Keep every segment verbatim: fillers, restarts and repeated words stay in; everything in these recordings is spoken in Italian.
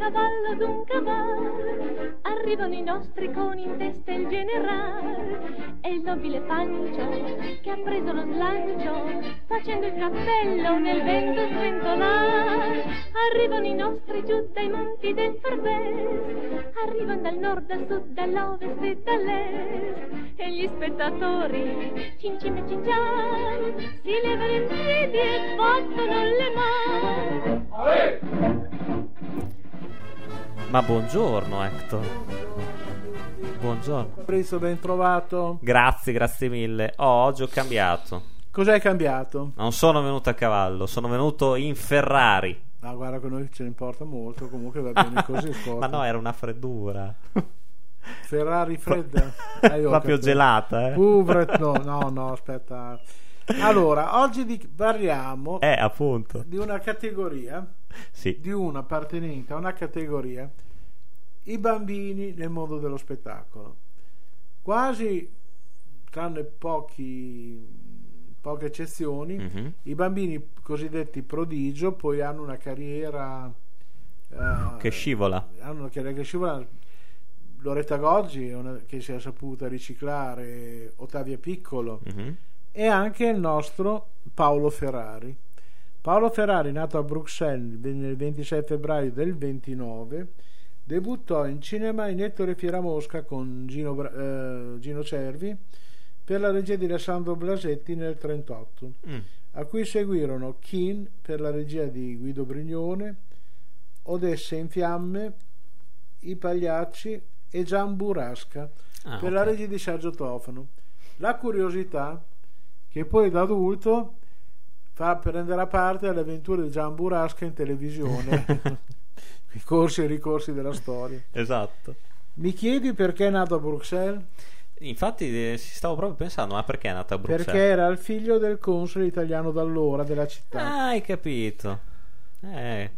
cavallo d'un cavallo, arrivano i nostri con in testa il generale e il nobile Pancio che ha preso lo slancio facendo il cappello nel vento sventolare. Arrivano i nostri giù dai monti del Farbes, arrivano dal nord, dal sud, dall'ovest e dall'est, e gli spettatori cincin e cincian si levano in piedi e battono le mani. Ma buongiorno Hector. Buongiorno. Fabrizio, ben trovato. Grazie, grazie mille. Oh, oggi ho cambiato. Cos'hai cambiato? Non sono venuto a cavallo, sono venuto in Ferrari. Ma guarda che noi ce ne importa molto, comunque va bene così. Ma no, era una freddura. Ferrari fredda? Eh, proprio gelata, eh? Puvret, no, no, no, aspetta. Allora, oggi di, parliamo eh, appunto. di una categoria, sì. di una appartenente a una categoria, i bambini nel mondo dello spettacolo. Quasi, tranne pochi, poche eccezioni, mm-hmm. i bambini cosiddetti prodigio poi hanno una carriera uh, che scivola. Hanno una carriera che scivola. Loretta Goggi, una, che si è saputa riciclare, Ottavia Piccolo, mm-hmm. e anche il nostro Paolo Ferrari. Paolo Ferrari, nato a Bruxelles nel ventisei febbraio del ventinove, debuttò in cinema in Ettore Fieramosca con Gino, eh, Gino Cervi per la regia di Alessandro Blasetti nel trentotto, mm. a cui seguirono Kin per la regia di Guido Brignone, Odesse in fiamme, I Pagliacci e Gian Burrasca ah, per okay. la regia di Sergio Tofano. La curiosità che poi da adulto fa prendere a parte alle avventure di Gian Burrasca in televisione. I corsi e ricorsi della storia. Esatto. Mi chiedi perché è nato a Bruxelles? Infatti eh, stavo proprio pensando, ma perché è nato a Bruxelles? Perché era il figlio del console italiano d'allora della città. Ah, hai capito. Eh.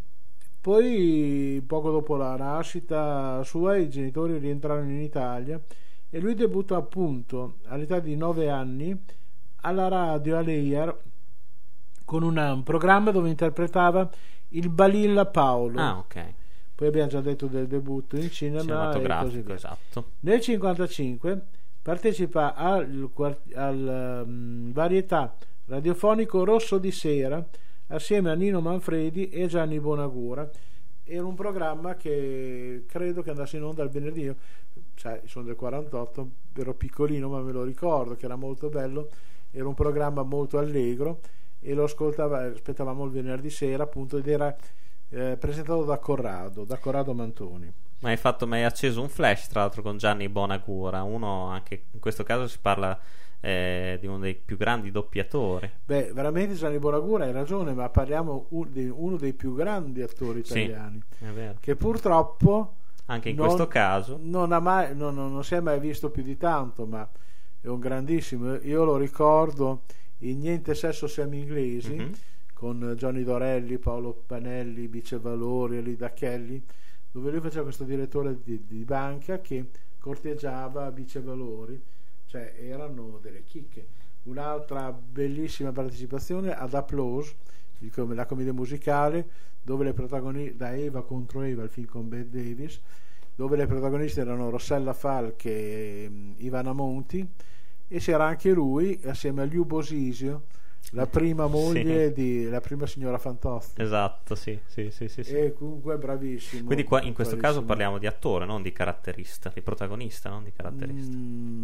Poi poco dopo la nascita sua i genitori rientrarono in Italia e lui debuttò appunto all'età di nove anni alla radio a Leyer con un, un programma dove interpretava il Balilla Paolo. Ah, ok. Poi abbiamo già detto del debutto in cinema cinematografico, e così via. Esatto. Nel cinquantacinque partecipa al, al um, varietà radiofonico Rosso di Sera assieme a Nino Manfredi e Gianni Bonagura. Era un programma che credo che andasse in onda il venerdì. Io, cioè, sono del quarantotto, ero piccolino ma me lo ricordo che era molto bello. Era un programma molto allegro e lo ascoltava, aspettavamo il venerdì sera appunto, ed era eh, presentato da Corrado da Corrado Mantoni. Ma hai fatto, ma hai acceso un flash tra l'altro con Gianni Bonagura, uno anche in questo caso si parla eh, di uno dei più grandi doppiatori. Beh, veramente Gianni Bonagura, hai ragione, ma parliamo un, di uno dei più grandi attori italiani, sì, è vero. Che purtroppo anche in non, questo caso non, ha mai, non, non, non si è mai visto più di tanto, ma è un grandissimo. Io lo ricordo in Niente sesso siamo inglesi, mm-hmm. con Johnny Dorelli, Paolo Panelli, Bice Valori, Elida Kelly, dove lui faceva questo direttore di, di banca che corteggiava Bice Valori, cioè erano delle chicche. Un'altra bellissima partecipazione ad Applause, il, la commedia musicale, dove le protagoniste, da Eva contro Eva, il film con Bette Davis, dove le protagoniste erano Rossella Falche e um, Ivana Monti, e c'era anche lui assieme a Liu Bosisio, la prima moglie sì. di la prima signora Fantozzi. Esatto, sì, sì, sì, sì, sì. E comunque bravissimo. Quindi qua in questo bravissimo. caso parliamo di attore, non di caratterista, di protagonista, non di caratterista.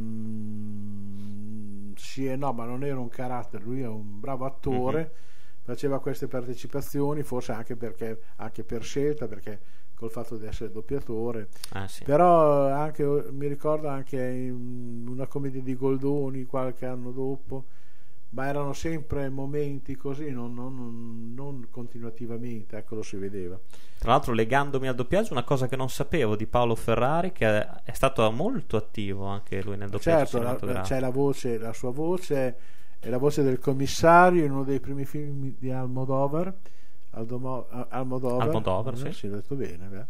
Mm, sì e no, ma non era un carattere, lui è un bravo attore, mm-hmm. faceva queste partecipazioni, forse anche perché anche per scelta, perché col fatto di essere doppiatore. Ah, sì. Però anche mi ricordo anche in una commedia di Goldoni qualche anno dopo, ma erano sempre momenti così, non, non, non continuativamente, ecco, lo si vedeva. Tra l'altro, legandomi al doppiaggio, una cosa che non sapevo di Paolo Ferrari, che è stato molto attivo anche lui nel doppiaggio certo, cinematografico. La, c'è la voce, la sua voce è la voce del commissario in uno dei primi film di Almodovar. Aldomo, Almodovar, Almodovar, sì. sì, l'ho detto bene.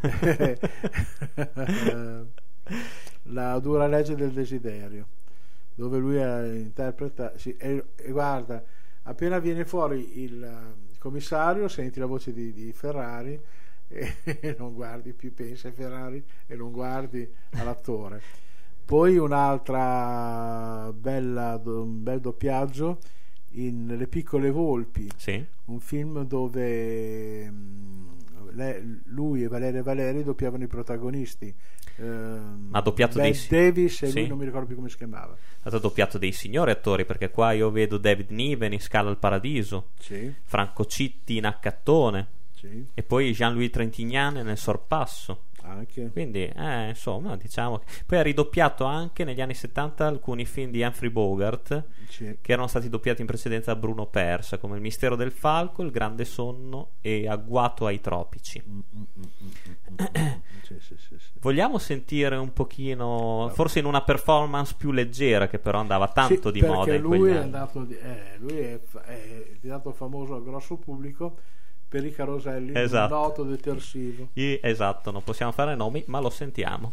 La dura legge del desiderio, dove lui interpreta, sì, e, e guarda, appena viene fuori il, il commissario, senti la voce di, di Ferrari e non guardi più, pensi a Ferrari e non guardi all'attore. Poi un'altra bella, un bel doppiaggio in Le piccole volpi, sì. Un film dove lei, lui e Valeria Valeri doppiavano i protagonisti. Ma ha doppiato Ben dei Davis e sì. lui non mi ricordo più come si chiamava. Ha doppiato dei signori attori, perché qua io vedo David Niven in Scala al Paradiso, sì. Franco Citti in Accattone, sì. e poi Jean-Louis Trintignant nel Sorpasso. Anche. Quindi eh, insomma, diciamo che... poi ha ridoppiato anche negli anni settanta alcuni film di Humphrey Bogart, sì. che erano stati doppiati in precedenza da Bruno Persa, come Il mistero del falco, Il grande sonno e Agguato ai tropici. mm, mm, mm, mm, mm. sì, sì, sì, sì. Vogliamo sentire un pochino, forse in una performance più leggera, che però andava tanto sì, di moda in lui quegli è anni. andato di, eh, lui è, è diventato famoso al grosso pubblico per i caroselli, esatto. un noto detersivo. I, esatto, non possiamo fare nomi, ma lo sentiamo.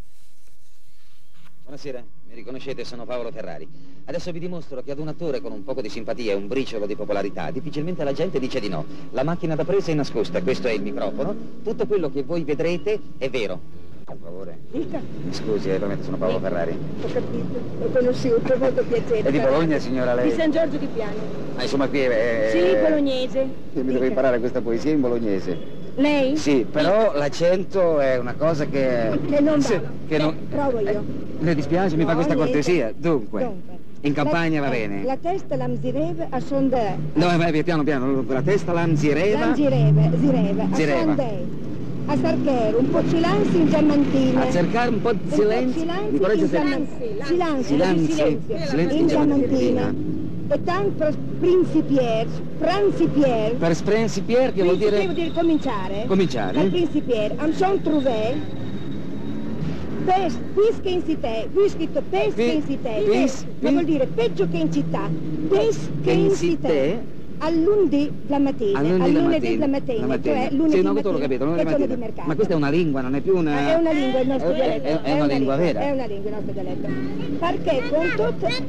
Buonasera, mi riconoscete, sono Paolo Ferrari. Adesso vi dimostro che ad un attore con un poco di simpatia e un briciolo di popolarità difficilmente la gente dice di no. La macchina da presa è nascosta, questo è il microfono. Tutto quello che voi vedrete è vero. Per favore. Dica. Mi scusi, eh, veramente sono Paolo Ferrari. Ho capito, l'ho conosciuto, molto piacere. È di Bologna, signora, lei? Di San Giorgio di Piano. Ah, insomma, qui è... Sì, bolognese. Io mi devo imparare questa poesia in bolognese. Lei? Sì, però l'accento è una cosa che... Che non va. Sì, che non... Eh, provo io. Eh, le dispiace, mi no, fa questa niente. cortesia? Dunque, Dunque, in campagna la, va bene. La testa l'amzireve a sondè. No, vai, via, piano piano, la testa l'amzireva. L'amzireve, zireve, a Zireva. sondè. A cercare un po' silenzi in giamantina. A cercare un po' di silenzio. Un Mi po' corregge silenzi, se... silenzi, Silenzi, silenzio, silenzio in in giamantina. giamantina. E tanto per principier, principier. Per sprensipier, che vuol dire... Devo dire cominciare. Cominciare. Per principier, am son trouvé. Pes, pis che in città, qui è scritto pes che in città. Pis, Ma vuol dire peggio che in città. Pes che in città. All'undi la mattina, All'undi la lunedì mattina, la mattina, la mattina. cioè lunedì Sì, no, mattina, questo l'ho capito, lunedì che giorno mattina. di mercato. Ma questa è una lingua, non è più una... È una lingua il nostro È- dialetto. è- è una lingua vera. È una lingua il nostro dialetto. Perché con tutte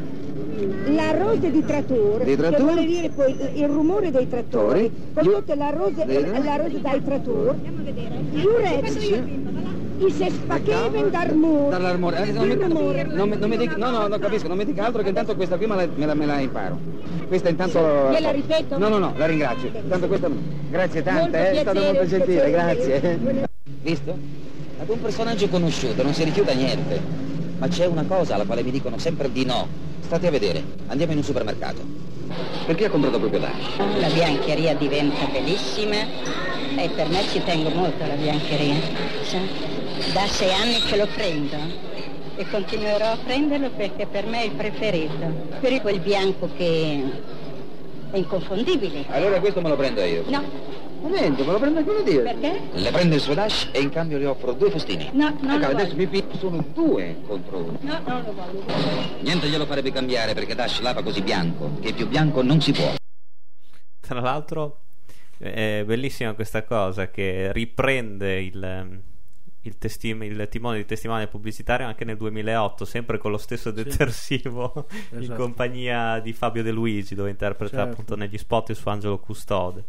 la rose di trattori, Dei che trattori? vuole dire poi il, il rumore dei trattori, con Io- tutta la rose, Dei- la rose dai trattori, giuretti, i se spaccheven d'armore. Dall'armore. Eh, non, mi, non, mi, non mi dica, no, no, non capisco, non mi dica altro che intanto questa qui me la, me la, me la imparo. Questa intanto... Gliela ripeto? No, no, no, la ringrazio. Tanto questa... Grazie tante, Molto eh, è stato piacere, molto gentile, piacere. grazie. Visto? Ad un personaggio conosciuto non si rifiuta niente. Ma c'è una cosa alla quale mi dicono sempre di no. State a vedere, andiamo in un supermercato. Perché ha comprato proprio Dash? La biancheria diventa bellissima e per me ci tengo molto alla biancheria. Sa? Da sei anni che lo prendo e continuerò a prenderlo perché per me è il preferito. Per quel bianco che è inconfondibile. Allora questo me lo prendo io. No, Momento, me lo prendo quello io. perché? Le prendo il suo Dash e in cambio le offro due festini. No, non Ecco, lo adesso voglio. mi pi- sono due contro uno. No, non lo voglio. Niente glielo farebbe cambiare perché Dash lava così bianco che più bianco non si può. Tra l'altro è bellissima questa cosa che riprende il, il, testim- il timone di testimone pubblicitario anche nel duemilaotto, sempre con lo stesso detersivo, in Esatto. compagnia di Fabio De Luigi, dove interpreta Certo. appunto negli spot il suo angelo custode.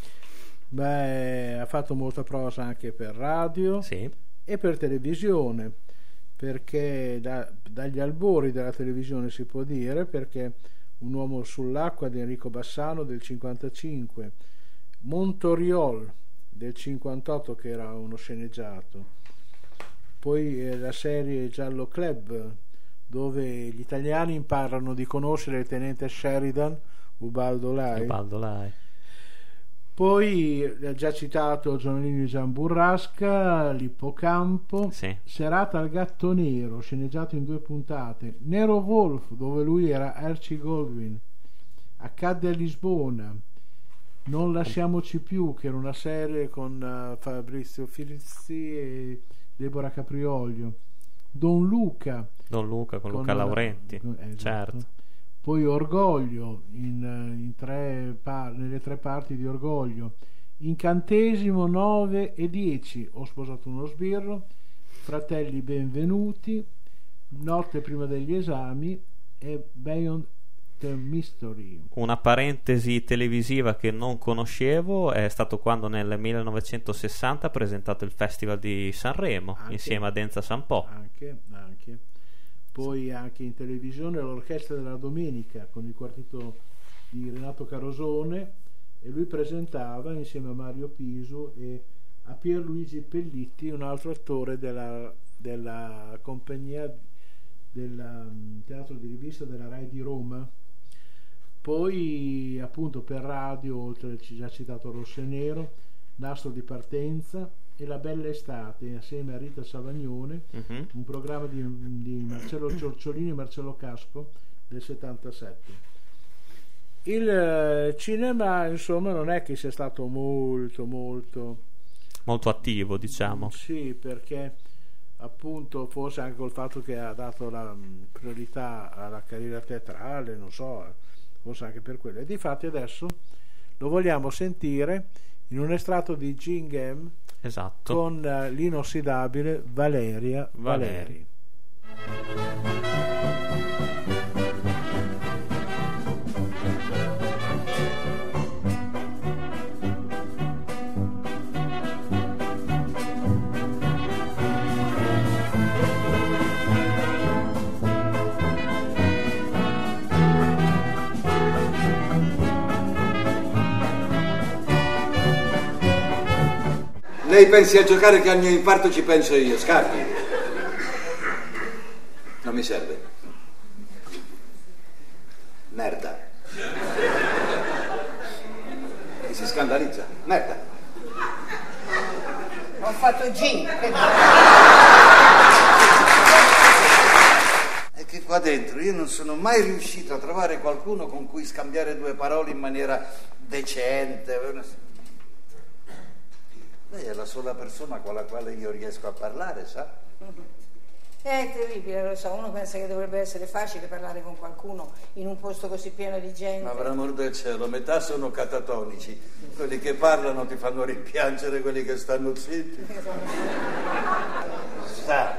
Beh, ha fatto molta prosa anche per radio Sì. e per televisione, perché da- dagli albori della televisione si può dire, perché Un uomo sull'acqua di Enrico Bassano del cinquantacinque, Montoriol del cinquantotto, che era uno sceneggiato, poi eh, la serie Giallo Club, dove gli italiani imparano di conoscere il tenente Sheridan, Ubaldo Lai. Ubaldo Lai. Poi eh, già citato Giannino Gian Burrasca, L'Ippocampo, Sì. Serata al gatto nero, sceneggiato in due puntate, Nero Wolf, dove lui era Archie Goldwyn, Accadde a Lisbona, Non lasciamoci più, che era una serie con uh, Fabrizio Filizzi e Deborah Caprioglio, Don Luca Don Luca con, con Luca la- Laurenti, con- esatto. certo. Poi Orgoglio in, in tre par- nelle tre parti di Orgoglio, Incantesimo nove e dieci, Ho sposato uno sbirro, Fratelli benvenuti, Notte prima degli esami e Beyond The Mystery. Una parentesi televisiva che non conoscevo è stato quando nel millenovecentosessanta ha presentato il Festival di Sanremo, anche, insieme a Denza Sampo. Anche, anche. Poi anche in televisione l'Orchestra della Domenica con il quartetto di Renato Carosone, e lui presentava insieme a Mario Pisu e a Pierluigi Pellitti, un altro attore della, della compagnia del um, teatro di rivista della Rai di Roma. Poi appunto per radio, oltre al già citato Rosso e Nero, Nastro di partenza e La bella estate assieme a Rita Savagnone, uh-huh. un programma di, di Marcello Ciorciolini e Marcello Casco del settantasette. Il eh, cinema insomma non è che sia stato molto molto molto attivo, diciamo. Sì, perché appunto forse anche col fatto che ha dato la mh, priorità alla carriera teatrale, non so, forse anche per quello. E difatti adesso lo vogliamo sentire in un estratto di Ginghem, esatto, con uh, l'inossidabile Valeria Valeri. Valeri. Lei pensi a giocare che al mio infarto ci penso io, scarti. Non mi serve. Merda. E si scandalizza. Merda. Ho fatto gin. È che qua dentro io non sono mai riuscito a trovare qualcuno con cui scambiare due parole in maniera decente. Lei è la sola persona con la quale io riesco a parlare, sa? È terribile, lo so, uno pensa che dovrebbe essere facile parlare con qualcuno in un posto così pieno di gente. Ma per amor del cielo, metà sono catatonici, quelli che parlano ti fanno rimpiangere quelli che stanno zitti. Sa.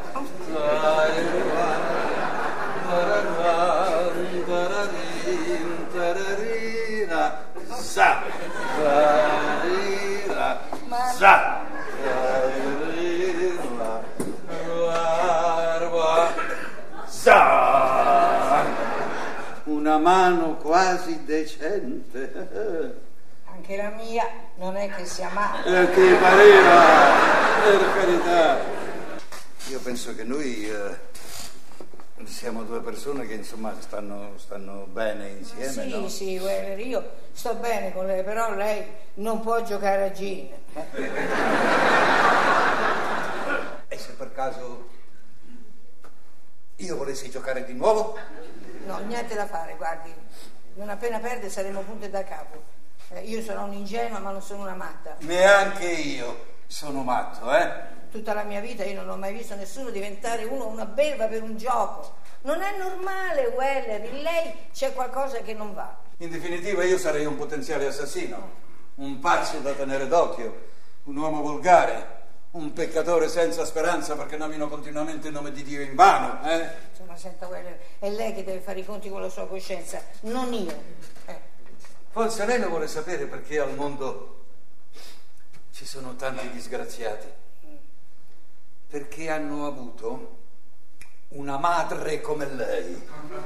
Sa. Sa. Sa. Una mano quasi decente. Anche la mia non è che sia male. Eh, che pareva, per carità. Io penso che noi eh, siamo due persone che insomma stanno, stanno bene insieme. Sì, no? sì, guarda, io sto bene con lei, però lei non può giocare a gin. E se per caso io volessi giocare di nuovo? No, niente da fare, guardi, non appena perde saremo punte da capo. Eh, io sono un'ingenua ma non sono una matta. Neanche io sono matto, eh? Tutta la mia vita io non ho mai visto nessuno diventare uno una belva per un gioco. Non è normale, Weller, in lei c'è qualcosa che non va. In definitiva io sarei un potenziale assassino, un pazzo da tenere d'occhio, un uomo volgare, un peccatore senza speranza perché nomino continuamente il nome di Dio in vano, eh? Insomma, senta, Weller, è lei che deve fare i conti con la sua coscienza, non io. Eh. Forse lei lo vuole sapere perché al mondo ci sono tanti disgraziati. Perché hanno avuto una madre come lei.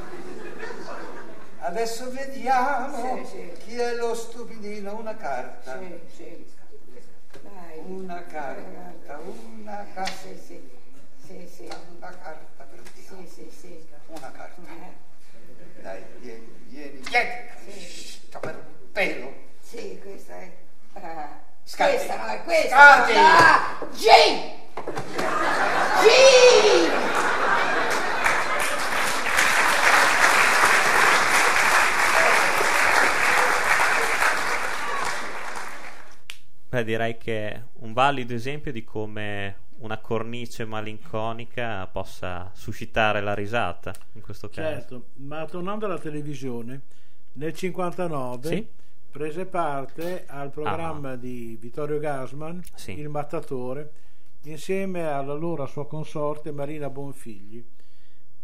Adesso vediamo, sì, sì, chi è lo stupidino. Una carta. Sì, sì. Dai. Una carta, una carta. Sì, sì, sì, sì. Una carta per Dio. Sì, sì, sì. Una carta. Eh. Dai, vieni, vieni, vieni. Sì. Sto per pelo. Sì, questa è. Ah. Scatti. Questa no, è questa. Scatti. Ah, G! G! Beh, direi che è un valido esempio di come una cornice malinconica possa suscitare la risata in questo caso. Certo, ma tornando alla televisione, nel cinquantanove sì? prese parte al programma ah. di Vittorio Gassman, sì. Il Mattatore, insieme alla allora sua consorte Marina Bonfigli.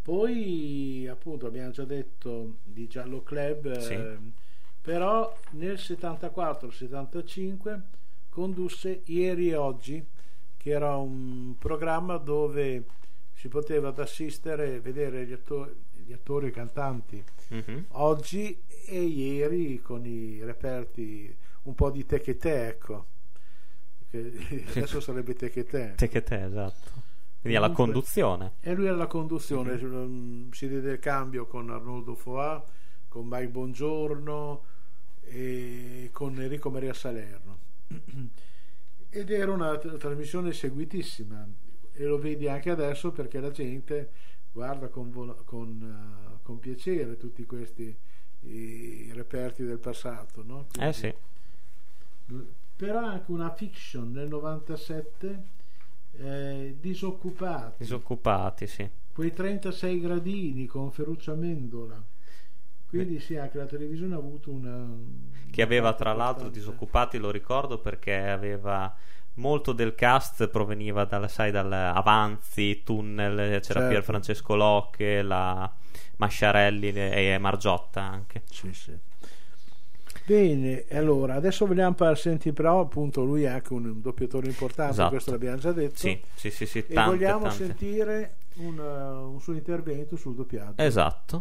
Poi appunto abbiamo già detto di Giallo Club, sì. eh, però nel settantaquattro settantacinque condusse Ieri e Oggi, che era un programma dove si poteva assistere, vedere gli attori, gli attori e cantanti mm-hmm. oggi e ieri, con i reperti un po' di te che te, ecco, che adesso sarebbe te che te te che te, esatto. Quindi alla conduzione. E lui era la conduzione, mm-hmm. si diede il cambio con Arnoldo Foà, con Mike Bongiorno e con Enrico Maria Salerno. Ed era una t- trasmissione seguitissima, e lo vedi anche adesso perché la gente guarda con, vo- con, uh, con piacere tutti questi i reperti del passato, no? Quindi, eh sì. Però anche una fiction nel novantasette, eh, Disoccupati. Disoccupati, sì. Quei trentasei gradini con Ferruccio Amendola. Quindi sì, anche la televisione ha avuto una... Che aveva tra l'altro Disoccupati, lo ricordo perché aveva molto del cast proveniva dal, sai, dal Avanzi, Tunnel, c'era certo. Pier Francesco Locche, la Masciarelli e Margiotta anche. Sì, sì. Bene, allora adesso vogliamo sentire, però appunto lui è anche un doppiatore importante, esatto. Questo l'abbiamo già detto. Sì, sì, sì, sì, e tante, vogliamo tante. sentire un, uh, un suo intervento sul doppiaggio. Esatto.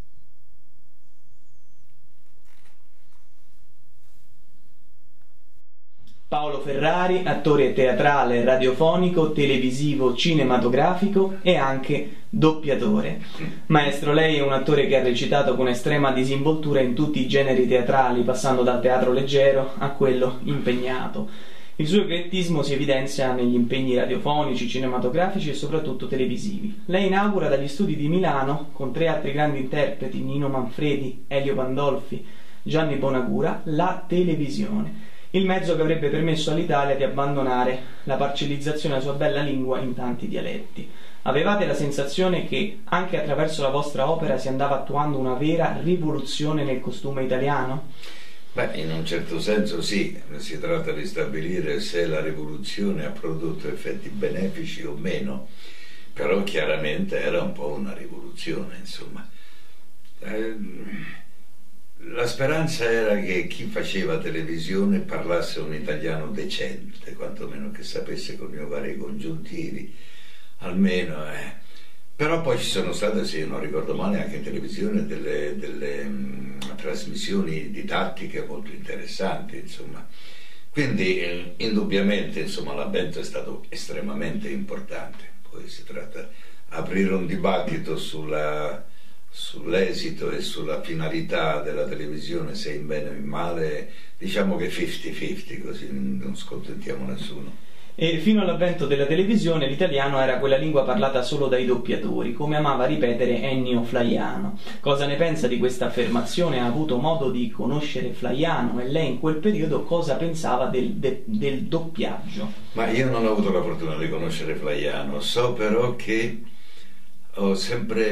Paolo Ferrari, attore teatrale, radiofonico, televisivo, cinematografico e anche doppiatore. Maestro, lei è un attore che ha recitato con estrema disinvoltura in tutti i generi teatrali, passando dal teatro leggero a quello impegnato. Il suo eclettismo si evidenzia negli impegni radiofonici, cinematografici e soprattutto televisivi. Lei inaugura dagli studi di Milano, con tre altri grandi interpreti, Nino Manfredi, Elio Pandolfi, Gianni Bonagura, la televisione. Il mezzo che avrebbe permesso all'Italia di abbandonare la parcellizzazione della sua bella lingua in tanti dialetti. Avevate la sensazione che anche attraverso la vostra opera si andava attuando una vera rivoluzione nel costume italiano? Beh, in un certo senso sì, si tratta di stabilire se la rivoluzione ha prodotto effetti benefici o meno, però chiaramente era un po' una rivoluzione, insomma. Eh, La speranza era che chi faceva televisione parlasse un italiano decente, quantomeno che sapesse coniugare i congiuntivi, almeno. Eh. Però poi ci sono state, se non ricordo male, anche in televisione delle, delle mh, trasmissioni didattiche molto interessanti, insomma. Quindi eh, indubbiamente, insomma, l'avvento è stato estremamente importante. Poi si tratta di aprire un dibattito sulla... sull'esito e sulla finalità della televisione, se in bene o in male, diciamo che cinquanta cinquanta, così non scontentiamo nessuno. E fino all'avvento della televisione l'italiano era quella lingua parlata solo dai doppiatori, come amava ripetere Ennio Flaiano. Cosa ne pensa di questa affermazione? Ha avuto modo di conoscere Flaiano e lei in quel periodo cosa pensava del, de, del doppiaggio? Ma io non ho avuto la fortuna di conoscere Flaiano, so però che ho sempre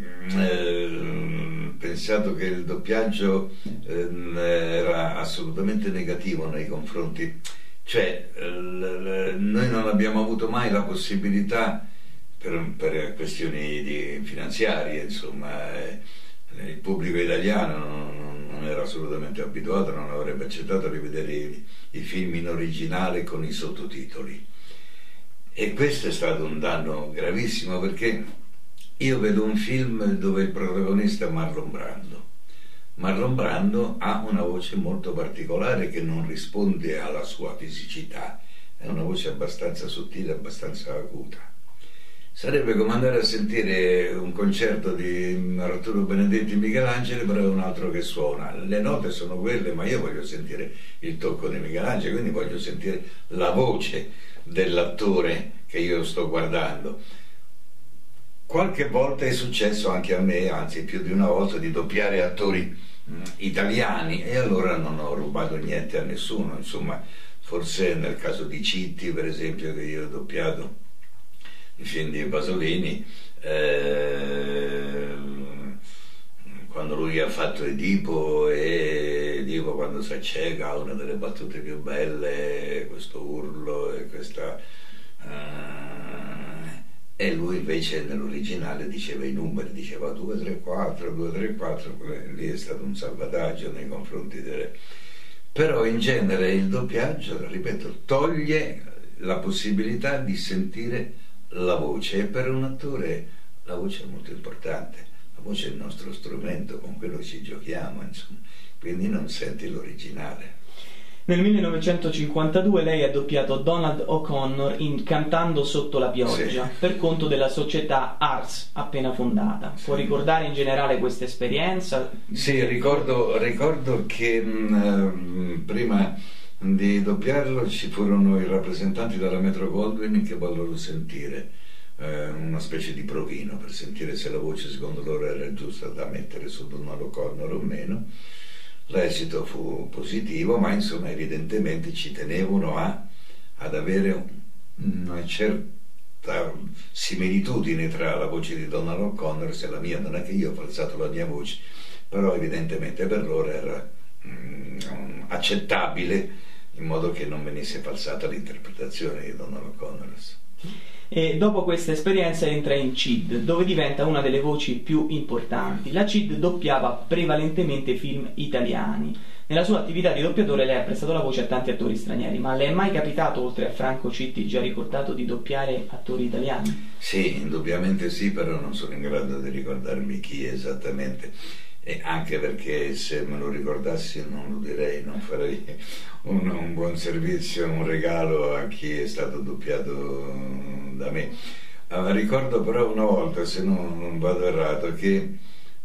eh, pensato che il doppiaggio eh, era assolutamente negativo nei confronti, cioè eh, noi non abbiamo avuto mai la possibilità per, per questioni di, finanziarie, insomma, eh, il pubblico italiano non, non era assolutamente abituato, non avrebbe accettato di vedere i, i film in originale con i sottotitoli, e questo è stato un danno gravissimo, perché io vedo un film dove il protagonista è Marlon Brando. Marlon Brando ha una voce molto particolare che non risponde alla sua fisicità, è una voce abbastanza sottile, abbastanza acuta. Sarebbe come andare a sentire un concerto di Arturo Benedetti e Michelangelo, però è un altro che suona. Le note sono quelle, ma io voglio sentire il tocco di Michelangelo, quindi voglio sentire la voce dell'attore che io sto guardando. Qualche volta è successo anche a me, anzi più di una volta, di doppiare attori mh, italiani, e allora non ho rubato niente a nessuno, insomma. Forse nel caso di Citti, per esempio, che io ho doppiato i film di Pasolini, eh, quando lui ha fatto Edipo, e Edipo quando si acceca ha una delle battute più belle, questo urlo e questa... Eh, e lui invece nell'originale diceva i numeri, diceva due tre quattro, due tre quattro, lì è stato un salvataggio nei confronti delle... Però in genere il doppiaggio, ripeto, toglie la possibilità di sentire la voce, e per un attore la voce è molto importante, la voce è il nostro strumento, con quello ci giochiamo, insomma, quindi non senti l'originale. Nel millenovecentocinquantadue lei ha doppiato Donald O'Connor in Cantando sotto la pioggia, sì, per conto della società Ars appena fondata. Sì. Può ricordare in generale questa esperienza? Sì, ricordo, ricordo che mh, prima di doppiarlo ci furono i rappresentanti della Metro Goldwyn che vollero sentire eh, una specie di provino per sentire se la voce secondo loro era giusta da mettere su Donald O'Connor o meno. L'esito fu positivo, ma insomma evidentemente ci tenevano a, ad avere una certa similitudine tra la voce di Donald O'Connor e la mia. Non è che io ho falsato la mia voce, però evidentemente per loro era mm, accettabile, in modo che non venisse falsata l'interpretazione di Donald O'Connor. E dopo questa esperienza entra in C I D, dove diventa una delle voci più importanti. La C I D doppiava prevalentemente film italiani. Nella sua attività di doppiatore lei ha prestato la voce a tanti attori stranieri, ma le è mai capitato, oltre a Franco Citti già ricordato, di doppiare attori italiani? Sì, indubbiamente sì, però non sono in grado di ricordarmi chi esattamente, e anche perché se me lo ricordassi non lo direi, non farei un, un buon servizio, un regalo a chi è stato doppiato da me. Uh, ricordo però una volta, se non, non vado errato, che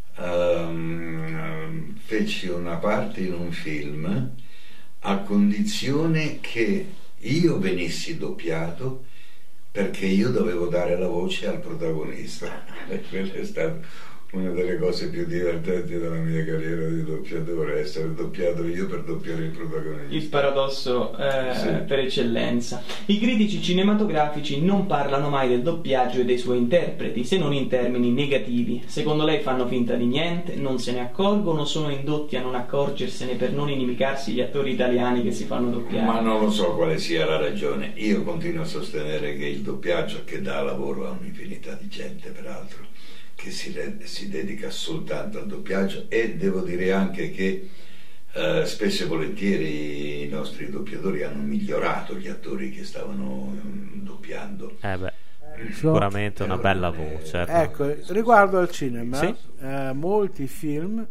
um, feci una parte in un film a condizione che io venissi doppiato, perché io dovevo dare la voce al protagonista. E quello è stato una delle cose più divertenti della mia carriera di doppiatore, essere doppiato io per doppiare il protagonista. Il paradosso eh, sì, per eccellenza. I critici cinematografici non parlano mai del doppiaggio e dei suoi interpreti, se non in termini negativi. Secondo lei fanno finta di niente, non se ne accorgono, sono indotti a non accorgersene per non inimicarsi gli attori italiani che si fanno doppiare? Ma non lo so quale sia la ragione. Io continuo a sostenere che il doppiaggio, che dà lavoro a un'infinità di gente peraltro, che si, si dedica soltanto al doppiaggio, e devo dire anche che eh, spesso e volentieri i nostri doppiatori hanno migliorato gli attori che stavano um, doppiando. Eh beh, sicuramente una bella voce. Ecco, riguardo al cinema, sì, eh, molti film,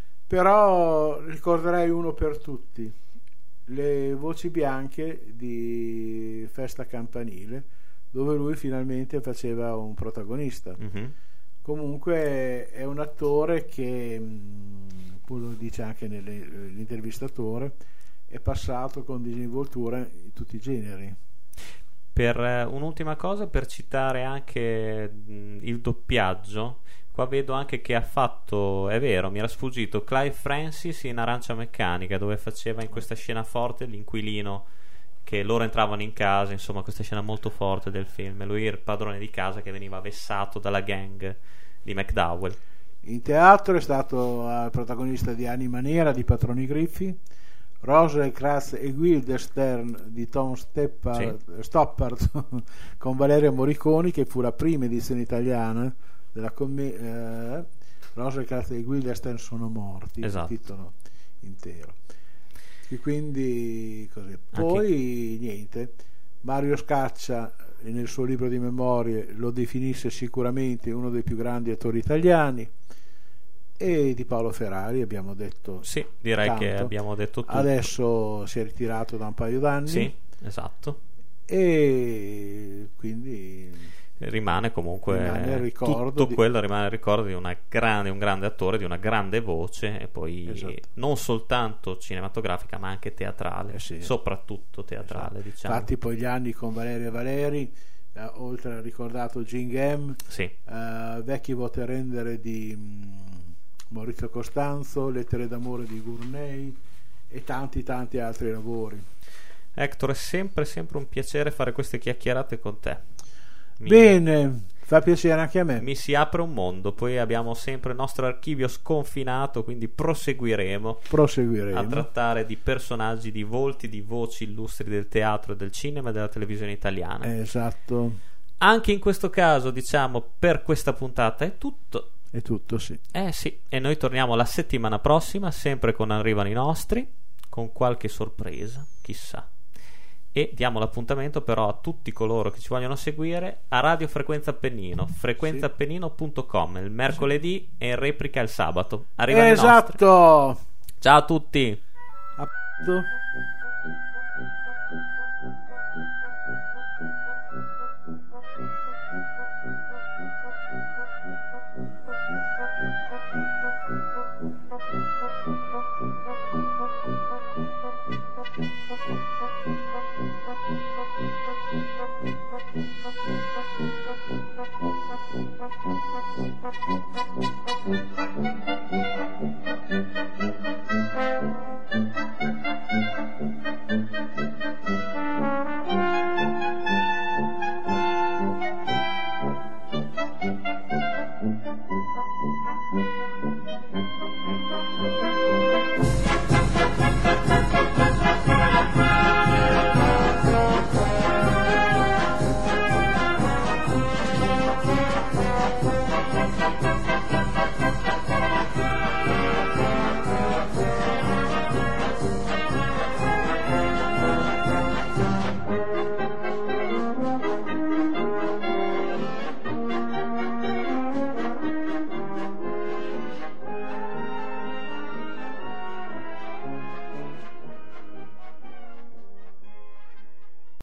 però ricorderei uno per tutti: Le voci bianche di Festa Campanile, dove lui finalmente faceva un protagonista. Mm-hmm. Comunque è un attore che, poi lo dice anche nell'intervistatore, è passato con disinvoltura in tutti i generi. Per uh, un'ultima cosa, per citare anche mh, il doppiaggio, qua vedo anche che ha fatto, è vero, mi era sfuggito, Clive Francis in Arancia Meccanica, dove faceva in questa scena forte l'inquilino, che loro entravano in casa, insomma questa scena molto forte del film, e lui era il padrone di casa che veniva vessato dalla gang di McDowell. In teatro è stato il uh, protagonista di Anima Nera di Patroni Griffi, Rosencrantz e Guildenstern di Tom Steppard, sì, Stoppard con Valerio Morricone, che fu la prima edizione italiana della commedia. eh, Rosencrantz e Guildenstern sono morti, esatto, il titolo intero. E quindi così. Poi okay, niente, Mario Scaccia nel suo libro di memorie lo definisse sicuramente uno dei più grandi attori italiani, e di Paolo Ferrari abbiamo detto, sì, direi tanto. Che abbiamo detto tutto. Adesso si è ritirato da un paio d'anni, sì, esatto, e quindi rimane comunque rimane il ricordo tutto di... quello rimane il ricordo di una grande, un grande attore, di una grande voce, e poi esatto, non soltanto cinematografica ma anche teatrale, eh sì, soprattutto teatrale, esatto, diciamo. Infatti poi gli anni con Valerio Valeri, eh, oltre al ricordato Ginghem, sì, eh, Vecchi vuote rendere di mh, Maurizio Costanzo, Lettere d'amore di Gournay e tanti tanti altri lavori. Hector, è sempre sempre un piacere fare queste chiacchierate con te. Mi... Bene, fa piacere anche a me. Mi si apre un mondo, poi abbiamo sempre il nostro archivio sconfinato, quindi proseguiremo, proseguiremo a trattare di personaggi, di volti, di voci illustri del teatro, del cinema e della televisione italiana. Esatto. Anche in questo caso, diciamo, per questa puntata è tutto. È tutto, sì. Eh sì, e noi torniamo la settimana prossima, sempre con Arrivano i nostri, con qualche sorpresa, chissà. E diamo l'appuntamento però a tutti coloro che ci vogliono seguire a Radio Frequenza Appennino, frequenza appennino punto com, il mercoledì sì. e in replica il sabato. Arrivano esatto. i nostri. Ciao a tutti. A Thank you.